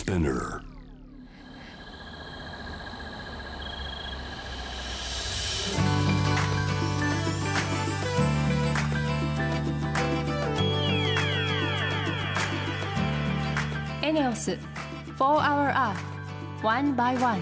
Spinner. ENEOS 4-Hour Earth One by One。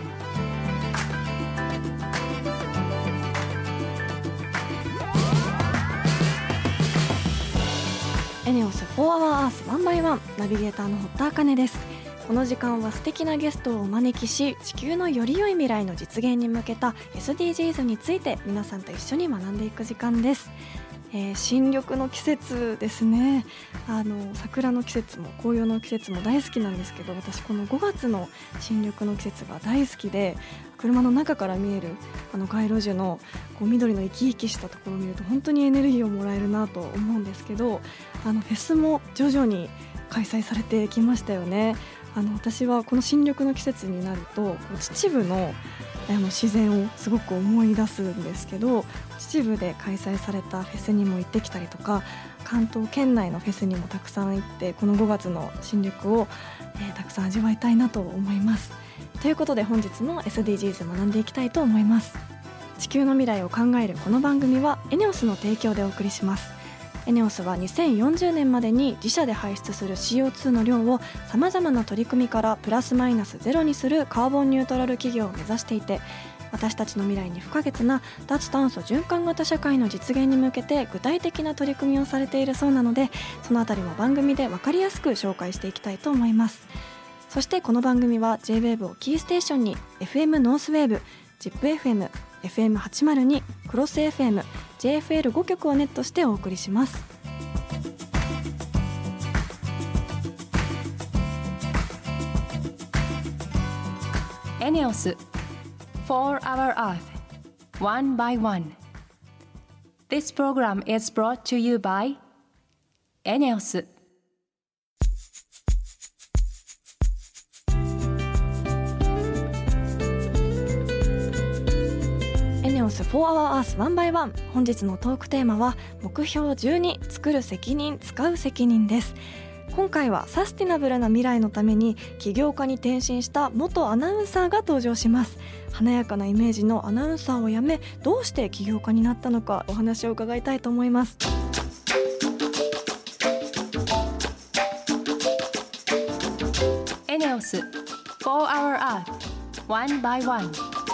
エネオス4 Hour Earth 1 by 1ナビゲーターの堀田茜です。この時間は素敵なゲストをお招きし、地球のより良い未来の実現に向けた SDGs について皆さんと一緒に学んでいく時間です。新緑の季節ですね。桜の季節も紅葉の季節も大好きなんですけど、私この5月の新緑の季節が大好きで、車の中から見える街路樹のこう緑の生き生きしたところを見ると本当にエネルギーをもらえるなと思うんですけど、フェスも徐々に開催されてきましたよね。私はこの新緑の季節になると秩父の自然をすごく思い出すんですけど、秩父で開催されたフェスにも行ってきたりとか、関東圏内のフェスにもたくさん行って、この5月の新緑を、たくさん味わいたいなと思います。ということで本日の SDGs 学んでいきたいと思います。地球の未来を考えるこの番組はエネオスの提供でお送りします。エネオスは2040年までに自社で排出する CO2 の量をさまざまな取り組みからプラスマイナスゼロにするカーボンニュートラル企業を目指していて、私たちの未来に不可欠な脱炭素循環型社会の実現に向けて具体的な取り組みをされているそうなので、そのあたりも番組で分かりやすく紹介していきたいと思います。そしてこの番組は J-WAVE をキーステーションに FM ノースウェーブ、ZIPFM、FM802、クロス FM、JFL5 曲をネットしてお送りします。 ENEOS 4-Hour Earth One by One。 This program is brought to you by ENEOS。 エネオス 4-Hour Earth 1 by 1。本日のトークテーマは目標12、作る責任、使う責任です。今回はサスティナブルな未来のために起業家に転身した元アナウンサーが登場します。華やかなイメージのアナウンサーを辞め、どうして起業家になったのかお話を伺いたいと思います。 ENEOS 4-Hour Earth One by One。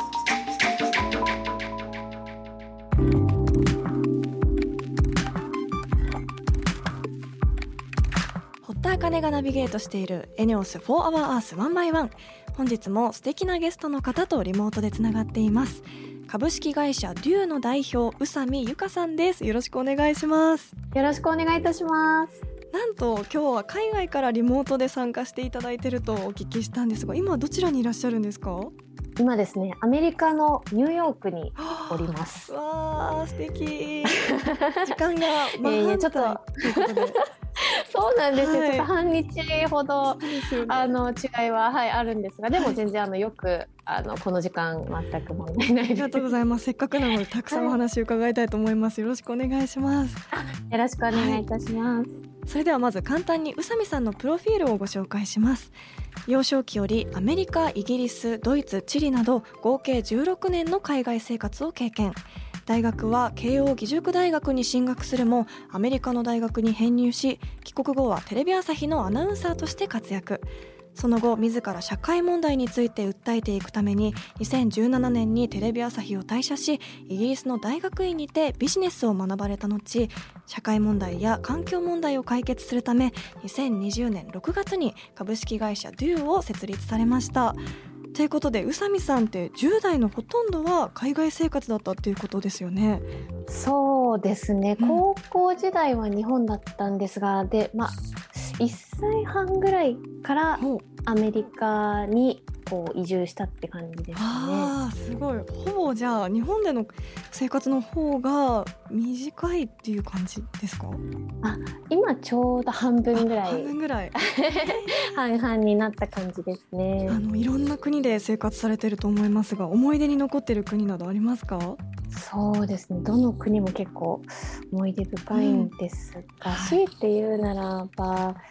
堀田茜がナビゲートしているエネオス 4-Hour Earth 1 by 1。本日も素敵なゲストの方とリモートでつながっています。株式会社デューの代表宇佐美由香さんです。よろしくお願いします。 よろしくお願いいたします。 なんと今日は海外からリモートで参加していただいているとお聞きしたんですが、今どちらにいらっしゃるんですか？ 今ですね、アメリカのニューヨークにおります。 わー素敵時間が真反対ということでそうなんですよ、 はい、 ちょっと半日ほど、ね、違いは、あるんですが、でも全然よくこの時間全く問題ないです。 ありがとうございます。せっかくなのでたくさんお話を伺いたいと思います。よろしくお願いします。 よろしくお願いいたします。 それではまず簡単に宇佐美さんのプロフィールをご紹介します。幼少期よりアメリカ、イギリス、ドイツ、チリなど合計16年の海外生活を経験。大学は慶応義塾大学に進学するもアメリカの大学に編入し、帰国後はテレビ朝日のアナウンサーとして活躍。その後自ら社会問題について訴えていくために2017年にテレビ朝日を退社し、イギリスの大学院にてビジネスを学ばれた後、社会問題や環境問題を解決するため2020年6月に株式会社デューを設立されました。ということで宇佐美さんって10代のほとんどは海外生活だったっていうことですよね。 そうですね、高校時代は日本だったんですが、で、1歳半ぐらいからアメリカに移住したって感じですね。 あーすごい。ほぼじゃあ日本での生活の方が短いっていう感じですか？ 今ちょうど半分ぐらい半々になった感じですね。 いろんな国で生活されてると思いますが、思い出に残ってる国などありますか？ そうですね、どの国も結構思い出深いんですが、強いて言うならば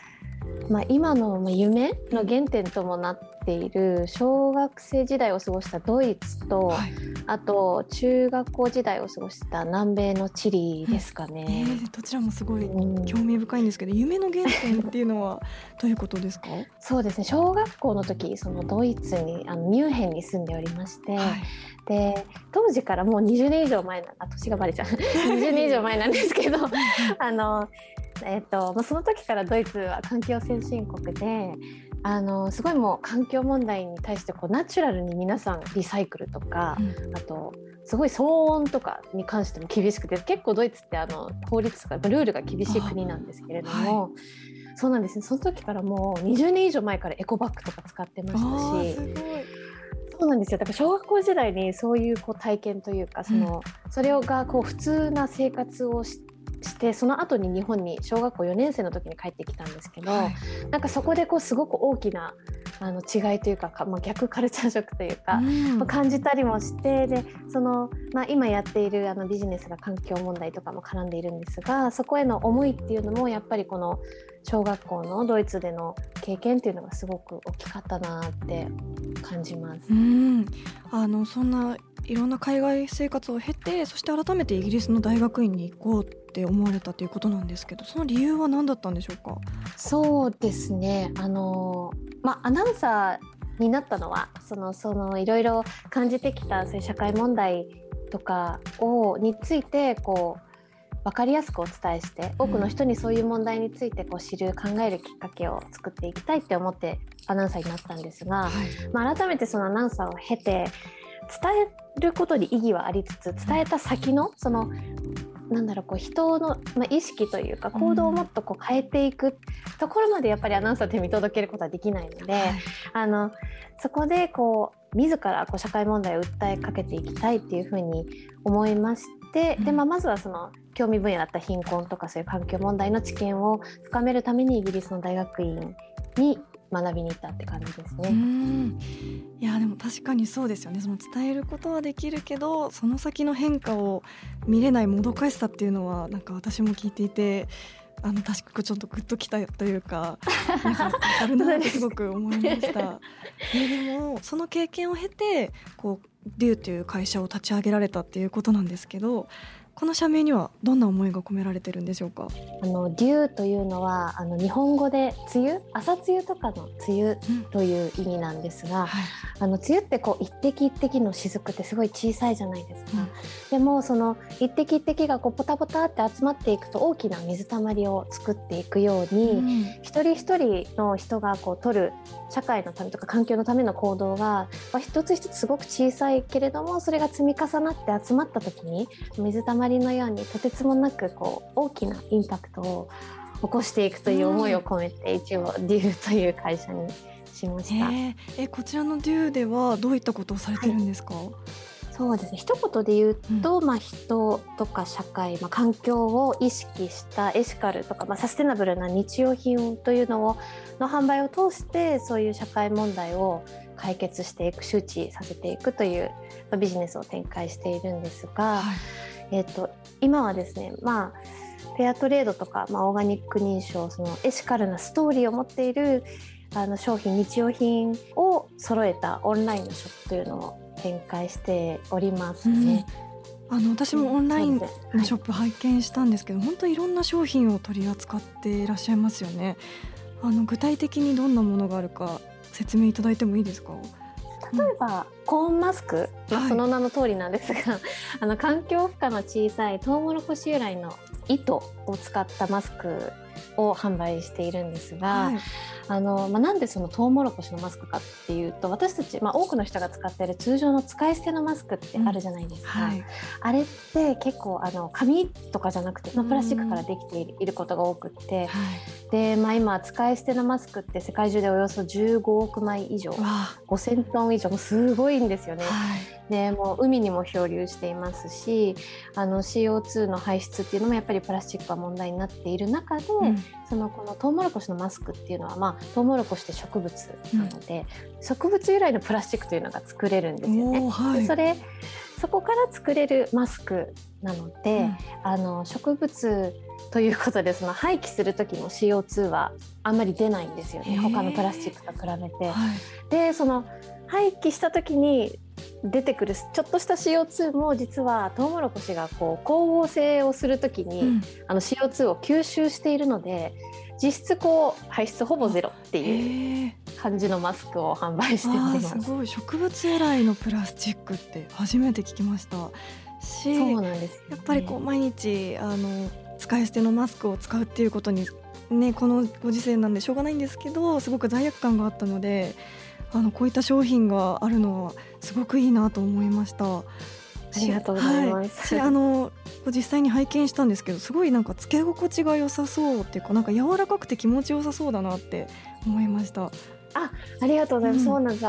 今の夢の原点ともなっている小学生時代を過ごしたドイツと、はい、あと中学校時代を過ごした南米のチリですかね。 どちらもすごい興味深いんですけど、夢の原点っていうのはどういうことですか？ そうですね、小学校の時そのドイツにミュンヘンに住んでおりまして、はい、で当時からもう20年以上前年がバレちゃう20年以上前なんですけどその時からドイツは環境先進国ですごいもう環境問題に対してナチュラルに皆さんリサイクルとか、あとすごい騒音とかに関しても厳しくて、結構ドイツって法律とかルールが厳しい国なんですけれども、はい、そうなんですね。その時からもう20年以上前からエコバッグとか使ってましたし、そうなんですよ。だから小学校時代にそういう体験というかそれが普通な生活をしてその後に日本に小学校4年生の時に帰ってきたんですけど、はい、なんかそこですごく大きな違いというか、逆カルチャーショックというか、感じたりもして、で今やっているビジネスが環境問題とかも絡んでいるんですが、そこへの思いっていうのもやっぱりこの小学校のドイツでの経験っていうのがすごく大きかったなって感じます。 そんないろんな海外生活を経て、そして改めてイギリスの大学院に行こうって思われたということなんですけど、その理由は何だったんでしょうか？そうですね、 アナウンサーになったのはいろいろ感じてきたそういう社会問題とかについて分かりやすくお伝えして、多くの人にそういう問題について知る考えるきっかけを作っていきたいって思ってアナウンサーになったんですが、改めてそのアナウンサーを経て伝えることに意義はありつつ、伝えた先の人の意識というか行動をもっと変えていくところまでやっぱりアナウンサーって見届けることはできないので、そこで自ら社会問題を訴えかけていきたいっていうふうに思いまして、でまずは興味分野だった貧困とかそういう環境問題の知見を深めるためにイギリスの大学院に学びに行ったって感じですね。 いやでも確かにそうですよね。伝えることはできるけど、その先の変化を見れないもどかしさっていうのはなんか私も聞いていて、確かちょっとグッときたというか、なんか分かるなってすごく思いましたでもその経験を経てデューという会社を立ち上げられたっていうことなんですけど、この社名にはどんな思いが込められてるんでしょうか？ デューというのは日本語で梅雨、朝露とかの梅雨という意味なんですが、梅雨って一滴一滴の雫ってすごい小さいじゃないですか、でもその一滴一滴がポタポタって集まっていくと大きな水たまりを作っていくように、一人一人の人が取る社会のためとか環境のための行動が一つ一つすごく小さいけれども、それが積み重なって集まった時に水たまりのようにとてつもなく大きなインパクトを起こしていくという思いを込めて、一応デューという会社にしました。 こちらのデューではどういったことをされてるんですか？ そうですね、一言で言うと、人とか社会、環境を意識したエシカルとか、サステナブルな日用品というの販売を通してそういう社会問題を解決していく、周知させていくというビジネスを展開しているんですが、今はですね、フェアトレードとか、オーガニック認証、エシカルなストーリーを持っている商品、日用品を揃えたオンラインのショップというのを展開しておりますね。 私もオンラインのショップ拝見したんですけど、本当にいろんな商品を取り扱っていらっしゃいますよね。具体的にどんなものがあるか説明いただいてもいいですか？ 例えば、コーンマスク、その名の通りなんですが、環境負荷の小さいトウモロコシ由来の糸を使ったマスクを販売しているんですが、なんでそのトウモロコシのマスクかっていうと、私たち、多くの人が使っている通常の使い捨てのマスクってあるじゃないですか、あれって結構紙とかじゃなくて、プラスチックからできていることが多くって、で、今使い捨てのマスクって世界中でおよそ15億枚以上、5000トン以上、もうすごいんですよね。でもう海にも漂流していますし、CO2 の排出っていうのもやっぱりプラスチックが問題になっている中で、このトウモロコシのマスクっていうのは、トウモロコシって植物なので、植物由来のプラスチックというのが作れるんですよね。でそこから作れるマスクなので、植物ということでその廃棄する時の CO2 はあんまり出ないんですよね、他のプラスチックと比べて。でその廃棄した時に出てくるちょっとした CO2 も実はトウモロコシがこう光合成をする時に、CO2 を吸収しているので実質こう排出ほぼゼロっていう感じのマスクを販売しております。 すごい、植物由来のプラスチックって初めて聞きましたし、 そうなんですよね、 やっぱりこう毎日使い捨てのマスクを使うっていうことにね、このご時世なんでしょうがないんですけど、すごく罪悪感があったので、こういった商品があるのはすごくいいなと思いました。 ありがとうございます。 実際に拝見したんですけど、すごいなんかつけ心地が良さそうっていうか、なんか柔らかくて気持ちよさそうだなって思いました。 ありがとうございます。そうなんです。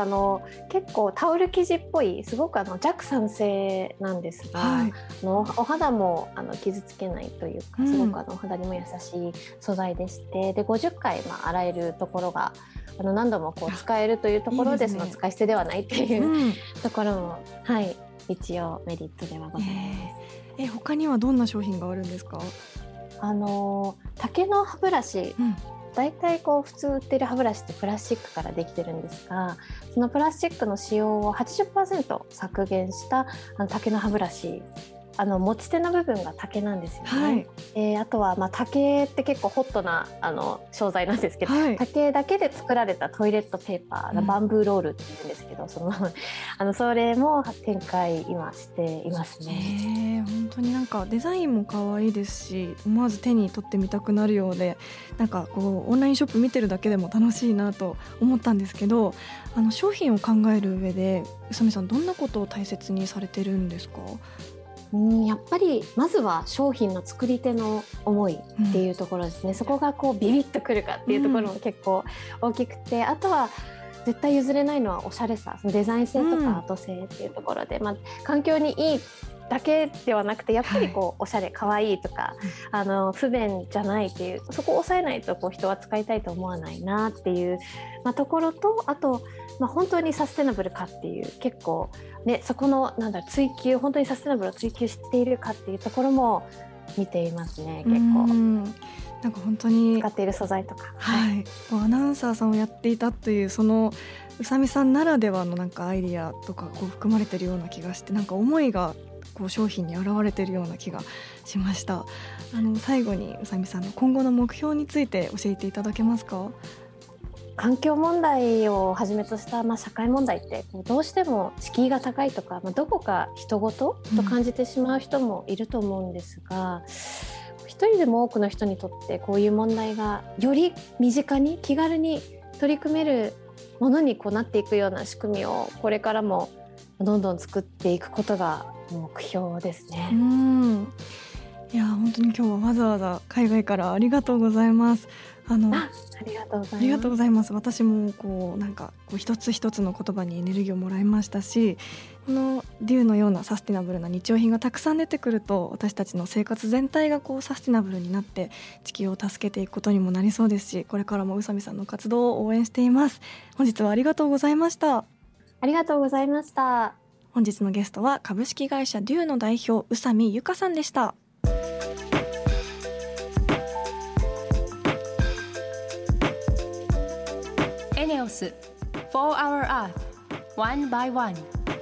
結構タオル生地っぽいすごく弱酸性なんですが、お肌も傷つけないというか、すごくお肌にも優しい素材でして、で50回洗えるところが何度もこう使えるというところで、その使い捨てではないっていうところも、一応メリットではございます。 他にはどんな商品があるんですか？ 竹の歯ブラシ、だいたいこう普通売ってる歯ブラシってプラスチックからできてるんですが、そのプラスチックの使用を 80% 削減した竹の歯ブラシ、持ち手の部分が竹なんですよね。あとは竹って結構ホットな商材なんですけど、竹だけで作られたトイレットペーパー、バンブーロールって言うんですけど、それも展開今していますね。 本当になんかデザインも可愛いですし、思わず手に取ってみたくなるようで、なんかこうオンラインショップ見てるだけでも楽しいなと思ったんですけど、商品を考える上で宇佐美さん、どんなことを大切にされてるんですか？ やっぱりまずは商品の作り手の思いっていうところですね。そこがこうビビッとくるかっていうところも結構大きくて、あとは絶対譲れないのはおしゃれさ、デザイン性とかアート性っていうところで、環境にいいだけではなくて、やっぱりこうおしゃれかわいいとか、不便じゃないっていう、そこを抑えないとこう人は使いたいと思わないなっていう、ところと、あと、本当にサステナブルかっていう、結構ね、そこの追求、本当にサステナブルを追求しているかっていうところも見ていますね。結構なんか本当に使っている素材とか、 アナウンサーさんをやっていたという、その宇佐美さんならではのなんかアイディアとかこう含まれているような気がして、なんか思いがこう商品に表れているような気がしました。最後に宇佐美さんの今後の目標について教えていただけますか？ 環境問題をはじめとした、社会問題ってどうしても敷居が高いとか、どこか人事と感じてしまう人もいると思うんですが、一人でも多くの人にとってこういう問題がより身近に気軽に取り組めるものになっていくような仕組みをこれからもどんどん作っていくことが目標ですね。 いや本当に今日はわざわざ海外からありがとうございます。 ありがとうございます。 ありがとうございます。私もなんか一つ一つの言葉にエネルギーをもらいましたし、このデューのようなサステナブルな日用品がたくさん出てくると、私たちの生活全体がサステナブルになって地球を助けていくことにもなりそうですし、これからも宇佐美さんの活動を応援しています。本日はありがとうございました。 ありがとうございました。 本日のゲストは株式会社デューの代表宇佐美由香さんでした。 エネオス For Our Earth One by One。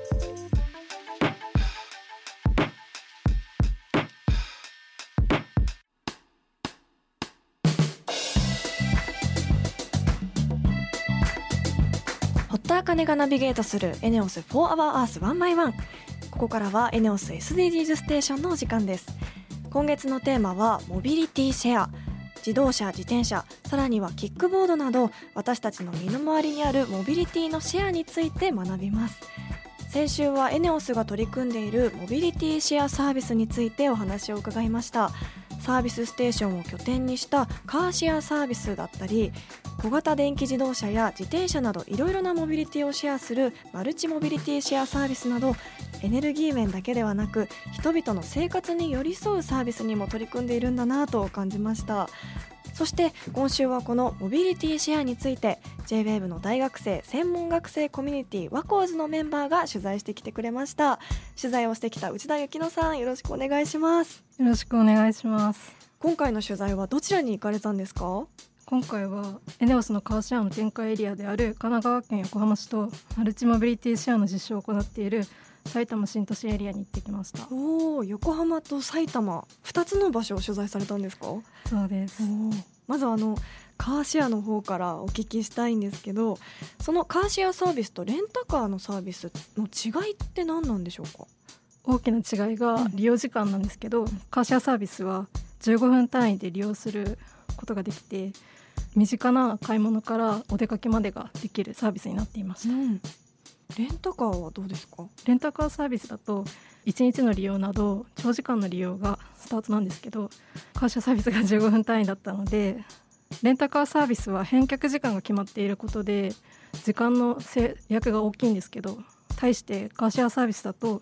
堀田茜がナビゲートするエネオス For Our Earth One by One。 ここからはエネオス SDGs ステーションのお時間です。今月のテーマはモビリティシェア。自動車、自転車、さらにはキックボードなど、私たちの身の回りにあるモビリティのシェアについて学びます。先週はエネオスが取り組んでいるモビリティシェアサービスについてお話を伺いました。サービスステーションを拠点にしたカーシェアサービスだったり、小型電気自動車や自転車などいろいろなモビリティをシェアするマルチモビリティシェアサービスなど、エネルギー面だけではなく人々の生活に寄り添うサービスにも取り組んでいるんだなと感じました。 そして今週はこのモビリティシェアについて J-WAVE の大学生専門学生コミュニティワコーズのメンバーが取材してきてくれました。取材をしてきた内田幸乃さん、よろしくお願いします。 よろしくお願いします。 今回の取材はどちらに行かれたんですか？ 今回はエネオスのカーシェアの展開エリアである神奈川県横浜市とマルチモビリティシェアの実証を行っている埼玉新都市エリアに行ってきました。 横浜と埼玉2つの場所を取材されたんですか？ そうです。 まずカーシェアの方からお聞きしたいんですけど、そのカーシェアサービスとレンタカーのサービスの違いって何なんでしょうか？ 大きな違いが利用時間なんですけど、カーシェアサービスは15分単位で利用することができて、身近な買い物からお出かけまでができるサービスになっていました。 レンタカーはどうですか？ レンタカーサービスだと1日の利用など長時間の利用がスタートなんですけど、カーシェアサービスが15分単位だったので、レンタカーサービスは返却時間が決まっていることで時間の制約が大きいんですけど、対してカーシェアサービスだと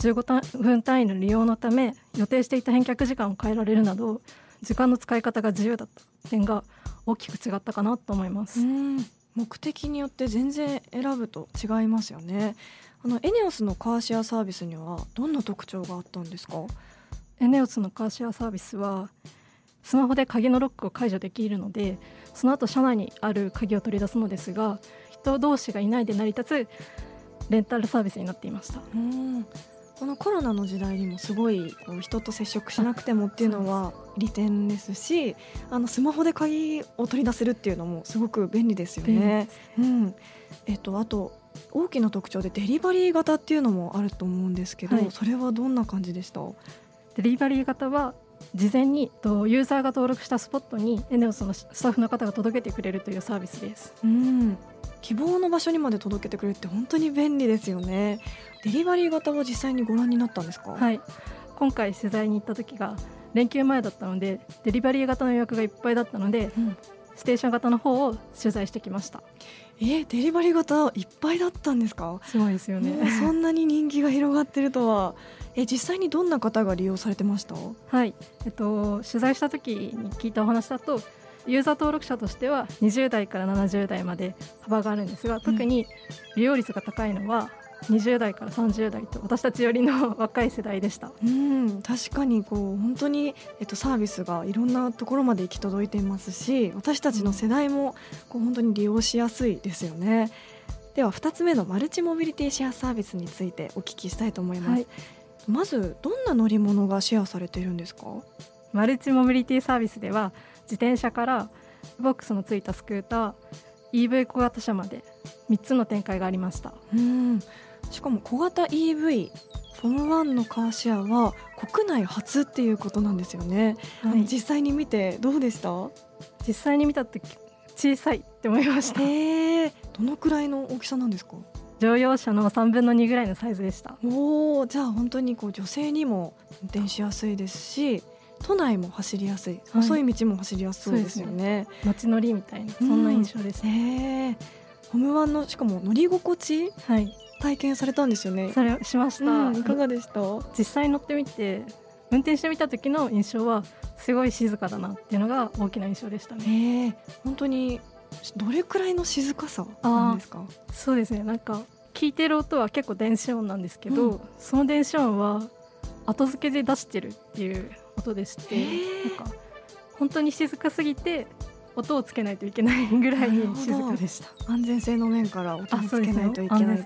15分単位の利用のため予定していた返却時間を変えられるなど時間の使い方が自由だった点が大きく違ったかなと思います。 目的によって全然選ぶと違いますよね。エネオスのカーシェアサービスにはどんな特徴があったんですか？ エネオスのカーシェアサービスはスマホで鍵のロックを解除できるので、その後車内にある鍵を取り出すのですが、人同士がいないで成り立つレンタルサービスになっていました。 このコロナの時代にもすごい人と接触しなくてもっていうのは利点ですし、スマホで鍵を取り出せるっていうのもすごく便利ですよね。あと大きな特徴でデリバリー型っていうのもあると思うんですけど、それはどんな感じでした？ デリバリー型は事前にユーザーが登録したスポットにエネオスのスタッフの方が届けてくれるというサービスです。 希望の場所にまで届けてくれるって本当に便利ですよね。デリバリー型は実際にご覧になったんですか？ はい、今回取材に行った時が連休前だったのでデリバリー型の予約がいっぱいだったので、ステーション型の方を取材してきました。 デリバリー型いっぱいだったんですか？ すごいですよね。 そんなに人気が広がってるとは。実際にどんな方が利用されてました？ はい、取材した時に聞いたお話だと、ユーザー登録者としては20代から70代まで幅があるんですが、特に利用率が高いのは20代から30代と私たちよりの若い世代でした。 確かに本当に、サービスがいろんなところまで行き届いていますし、私たちの世代も本当に利用しやすいですよね。では2つ目のマルチモビリティシェアサービスについてお聞きしたいと思います。まずどんな乗り物がシェアされているんですか？ マルチモビリティサービスでは自転車からボックスのついたスクーター、EV 小型車まで3つの展開がありました。 しかも小型 EV フォーム1のカーシェアは国内初っていうことなんですよね。実際に見てどうでした？ 実際に見た時小さいって思いました。 どのくらいの大きさなんですか？ 乗用車の3分の2ぐらいのサイズでした。 じゃあ本当に女性にも運転しやすいですし、都内も走りやすい、細い道も走りやすそうですよね。 街乗りみたいな、そんな印象でした。 ホーム1のしかも乗り心地、体験されたんですよね。 それしました。 いかがでした？ 実際乗ってみて運転してみた時の印象はすごい静かだなっていうのが大きな印象でしたね。 本当にどれくらいの静かさなんですか？ そうですね、なんか聞いてる音は結構電子音なんですけど、その電子音は後付けで出してるっていう音でして、なんか本当に静かすぎて音をつけないといけないぐらいに静かでした。 安全性の面から音をつけないといけないって。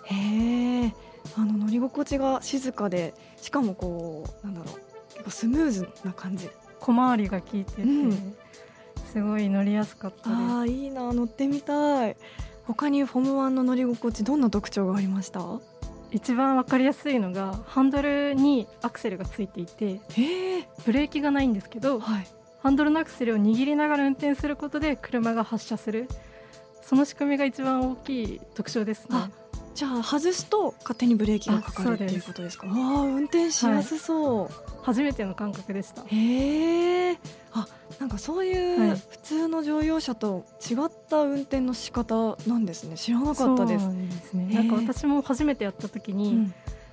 乗り心地が静かで、しかも結構スムーズな感じ、 小回りが効いてて、すごい乗りやすかったです。 いいな、乗ってみたい。他にフォーム1の乗り心地どんな特徴がありました？ 一番分かりやすいのがハンドルにアクセルがついていて、ブレーキがないんですけど、ハンドルのアクセルを握りながら運転することで車が発車する、その仕組みが一番大きい特徴ですね。 じゃあ外すと勝手にブレーキがかかるっていうことですか？運転しやすそう、 初めての感覚でした。 なんかそういう普通の乗用車と違った運転の仕方なんですね。知らなかったです。 そうですね。なんか私も初めてやった時に、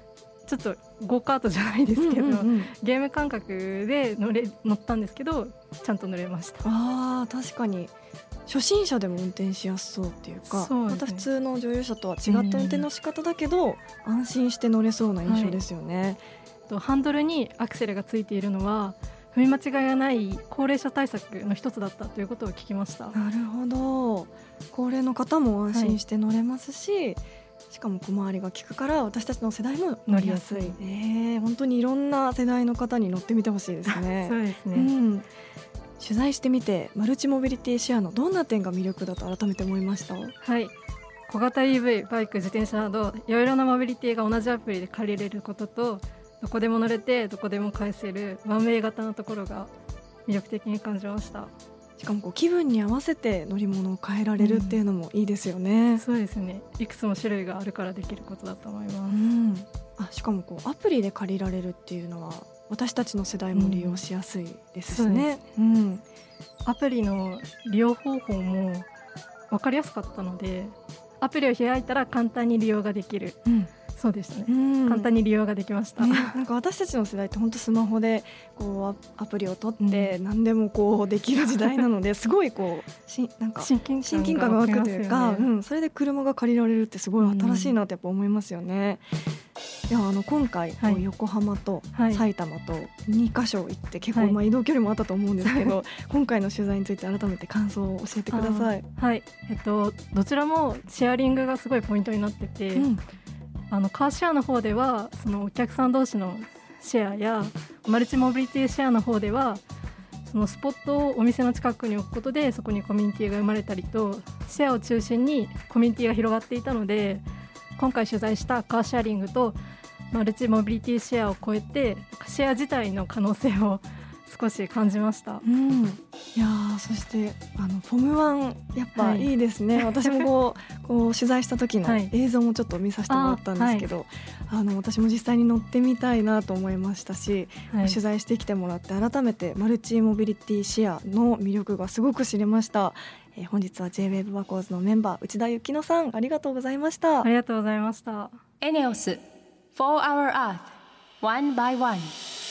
ちょっとゴーカートじゃないですけど、ゲーム感覚で乗ったんですけどちゃんと乗れました。 確かに初心者でも運転しやすそうっていうか、 そうですね、 また普通の乗用車とは違った運転の仕方だけど、安心して乗れそうな印象ですよね。 ハンドルにアクセルがついているのは踏み間違いがない高齢者対策の一つだったということを聞きました。 なるほど。高齢の方も安心して乗れますし、しかも小回りが利くから私たちの世代も乗りやすい。本当にいろんな世代の方に乗ってみてほしいですね。 そうですね、 取材してみてマルチモビリティシェアのどんな点が魅力だと改めて思いました？ はい、小型 EV、バイク、自転車などいろいろなモビリティが同じアプリで借りれることと、どこでも乗れてどこでも返せるワンウェイ型のところが魅力的に感じました。 しかも気分に合わせて乗り物を変えられるっていうのもいいですよね。 そうですね、いくつも種類があるからできることだと思います。 しかもアプリで借りられるっていうのは私たちの世代も利用しやすいですしね。 アプリの利用方法も分かりやすかったので、アプリを開いたら簡単に利用ができる、そうでしたね、簡単に利用ができました、 なんか私たちの世代って本当スマホでアプリを取って何でもできる時代なので、すごいなんか親近感が湧くというか、それで車が借りられるってすごい新しいなってやっぱ思いますよね。では今回、横浜と埼玉と2カ所行って結構移動距離もあったと思うんですけど、今回の取材について改めて感想を教えてください。 どちらもシェアリングがすごいポイントになってて、カーシェアの方ではそのお客さん同士のシェアやマルチモビリティシェアの方ではそのスポットをお店の近くに置くことでそこにコミュニティが生まれたりと、シェアを中心にコミュニティが広がっていたので、今回取材したカーシェアリングとマルチモビリティシェアを超えてシェア自体の可能性を少し感じました。 いやそしてフォムワンやっぱいいですね。私も取材した時の映像もちょっと見させてもらったんですけど、私も実際に乗ってみたいなと思いましたし、取材してきてもらって改めてマルチモビリティシェアの魅力がすごく知れました。本日は J-WAVE ワコーズのメンバー内田由紀乃さん、ありがとうございました。 ありがとうございました。 エネオス For Our Earth One by One。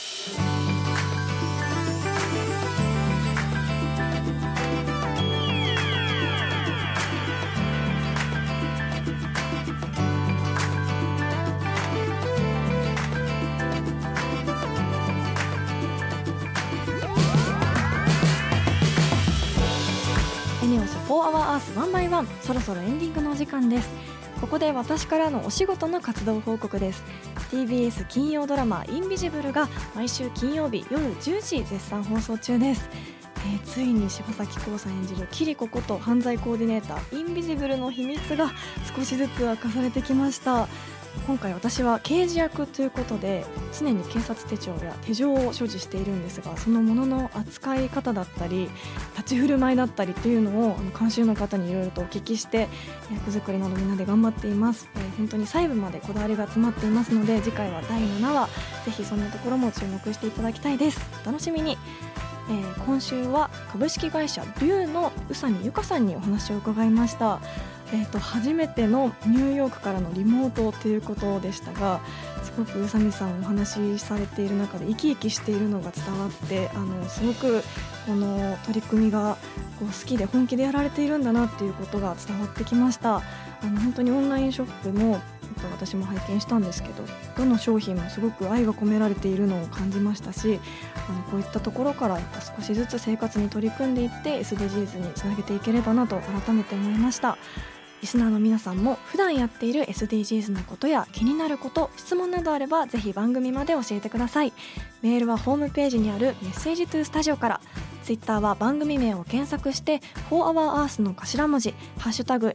エネオス For Our Earth One by One、 そろそろエンディングのお時間です。ここで私からのお仕事の活動報告です。 TBS 金曜ドラマインビジブルが毎週金曜日夜10時絶賛放送中です。ついに柴咲コウさん演じるキリコこと犯罪コーディネーターインビジブルの秘密が少しずつ明かされてきました。今回私は刑事役ということで常に警察手帳や手錠を所持しているんですが、そのものの扱い方だったり立ち振る舞いだったりというのを監修の方にいろいろとお聞きして役作りなどみんなで頑張っています。本当に細部までこだわりが詰まっていますので、次回は第7話ぜひそんなところも注目していただきたいです。お楽しみに。今週は株式会社リュウの宇佐美由香さんにお話を伺いました。初めてのニューヨークからのリモートということでしたが、すごく宇佐美さんお話しされている中で生き生きしているのが伝わって、すごくこの取り組みが好きで本気でやられているんだなっていうことが伝わってきました。本当にオンラインショップも私も拝見したんですけど、どの商品もすごく愛が込められているのを感じましたし、こういったところからやっぱ少しずつ生活に取り組んでいって SDGs につなげていければなと改めて思いました。リスナーの皆さんも普段やっている SDGs のことや気になること、質問などあればぜひ番組まで教えてください。メールはホームページにあるメッセージトゥースタジオから、ツイッターは番組名を検索して4 Our Earth の頭文字ハッシュタグ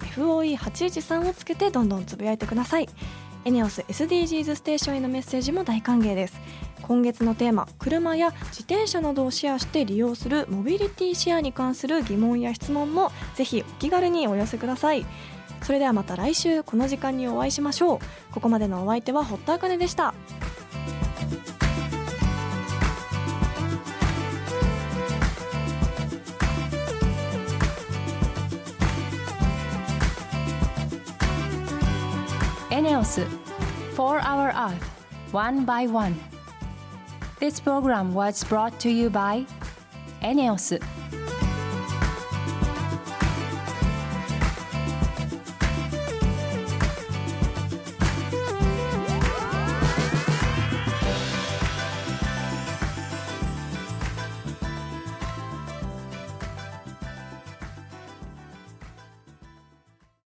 FOE813 をつけてどんどんつぶやいてください。エネオス SDGs ステーションへのメッセージも大歓迎です。今月のテーマ、車や自転車などをシェアして利用するモビリティシェアに関する疑問や質問もぜひお気軽にお寄せください。それではまた来週この時間にお会いしましょう。ここまでのお相手は堀田茜でした。 エネオス For Our Earth one by one. This program was brought to you by ENEOS